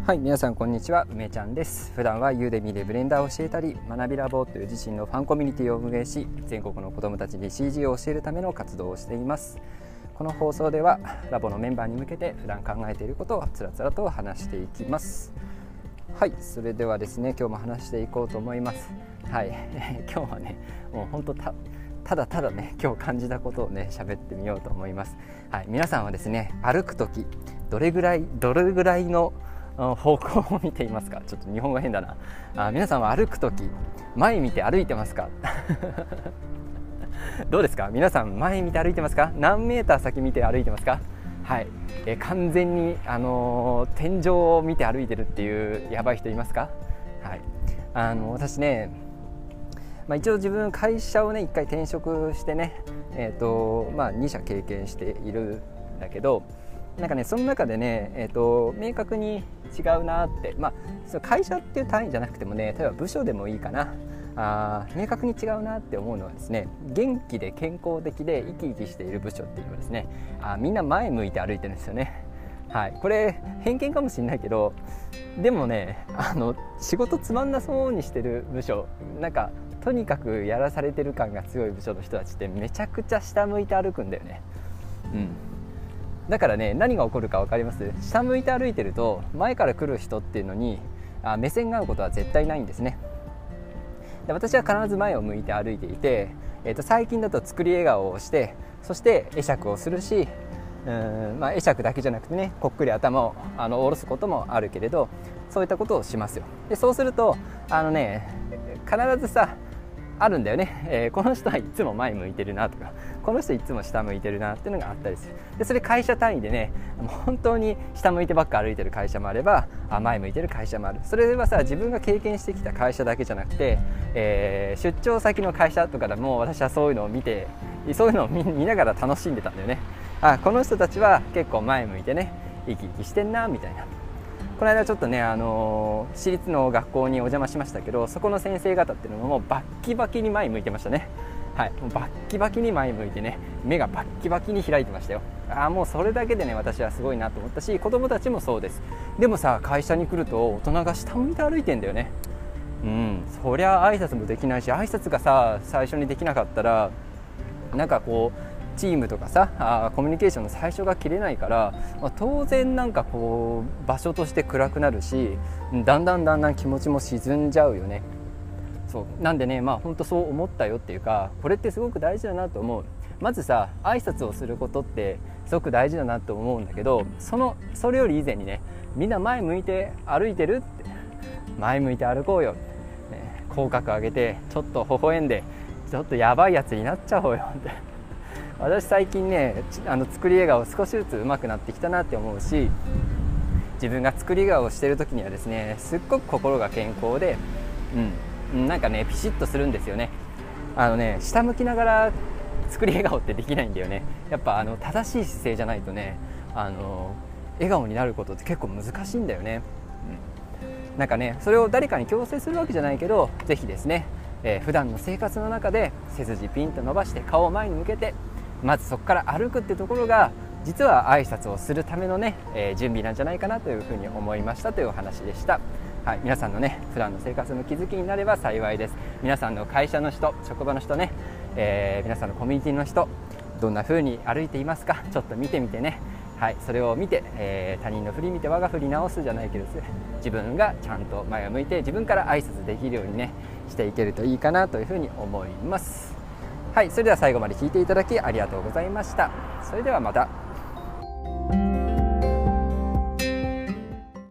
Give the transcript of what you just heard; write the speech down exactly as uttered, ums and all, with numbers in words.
はい、皆さんこんにちは、梅ちゃんです。普段はユーデミでブレンダーを教えたり、学びラボという自身のファンコミュニティを運営し、全国の子どもたちに シージー を教えるための活動をしています。この放送ではラボのメンバーに向けて普段考えていることをつらつらと話していきます。はい、それではですね、今日も話していこうと思います。はい、今日はね、もう本当たただただね、今日感じたことをね喋ってみようと思います。はい、皆さんはですね、歩くときどれぐらいどれぐらいの方向を見ていますか？ちょっと日本語変だな。あ、皆さんは歩くとき前見て歩いてますか？どうですか？皆さん前見て歩いてますか？何メーター先見て歩いてますか？はい、え完全に、あのー、天井を見て歩いてるっていうやばい人いますか？はい、あの私ね、まあ、一応自分会社をねいっかい転職してね、えーとまあ、に社経験しているんだけど、なんかねその中でね、えーと明確に違うなって、まあ、その会社っていう単位じゃなくてもね、例えば部署でもいいかな、あ明確に違うなって思うのはですね、元気で健康的で生き生きしている部署っていうのはですね、あみんな前向いて歩いてるんですよね。はい、これ偏見かもしれないけど、でもね、あの仕事つまんなそうにしてる部署、なんかとにかくやらされてる感が強い部署の人たちってめちゃくちゃ下向いて歩くんだよね。うんだからね、何が起こるか分かります？下向いて歩いてると前から来る人っていうのにあ目線が合うことは絶対ないんですね。で私は必ず前を向いて歩いていて、えー、と最近だと作り笑顔をして、そして会釈をするし、うーん、まあ、会釈だけじゃなくてね、こっくり頭をあの下ろすこともあるけれど、そういったことをしますよ。でそうするとあのね、必ずさあるんだよね、えー、この人はいつも前向いてるなとか、この人いつも下向いてるなっていうのがあったりする。でそれ会社単位でね、もう本当に下向いてばっか歩いてる会社もあれば、あ前向いてる会社もある。それはさ、自分が経験してきた会社だけじゃなくて、えー、出張先の会社とかでも私はそういうのを見て、そういうのを 見, 見ながら楽しんでたんだよね。あこの人たちは結構前向いてね生き生きしてんなみたいな。この間ちょっとね、あのー、私立の学校にお邪魔しましたけど、そこの先生方っていうのもバッキバキに前向いてましたね。はい、もうバッキバキに前向いてね、目がバッキバキに開いてましたよ。あもうそれだけでね、私はすごいなと思ったし、子供たちもそうです。でもさ、会社に来ると大人が下向いて歩いてんだよね。うん、そりゃ挨拶もできないし、挨拶がさ最初にできなかったらなんかこうチームとかさあコミュニケーションの最初が切れないから、まあ、当然なんかこう場所として暗くなるし、だんだんだんだん気持ちも沈んじゃうよね。そうなんでね、まあ本当そう思ったよっていうか、これってすごく大事だなと思う。まずさ、挨拶をすることってすごく大事だなと思うんだけど、そのそれより以前にね、みんな前向いて歩いてるって、前向いて歩こうよ、ね、口角上げてちょっと微笑んで、ちょっとやばいやつになっちゃおうよって私最近ね、あの作り笑顔少しずつ上手くなってきたなって思うし、自分が作り笑顔をしてる時にはですね、すっごく心が健康で、うん、なんかねピシッとするんですよね。あのね、下向きながら作り笑顔ってできないんだよね。やっぱあの正しい姿勢じゃないとね、あの笑顔になることって結構難しいんだよね。うん、なんかね、それを誰かに強制するわけじゃないけど、ぜひですね、えー、普段の生活の中で背筋ピンと伸ばして顔を前に向けて、まずそこから歩くってところが実は挨拶をするためのね、えー、準備なんじゃないかなというふうに思いましたというお話でした。はい、皆さんのね普段の生活の気づきになれば幸いです。皆さんの会社の人、職場の人ね、えー、皆さんのコミュニティの人、どんな風に歩いていますか？ちょっと見てみてね。はい、それを見て、えー、他人の振り見て我が振り直すじゃないけどですね、自分がちゃんと前を向いて自分から挨拶できるようにねしていけるといいかなというふうに思います。はい、それでは最後まで聞いていただきありがとうございました。それではまた。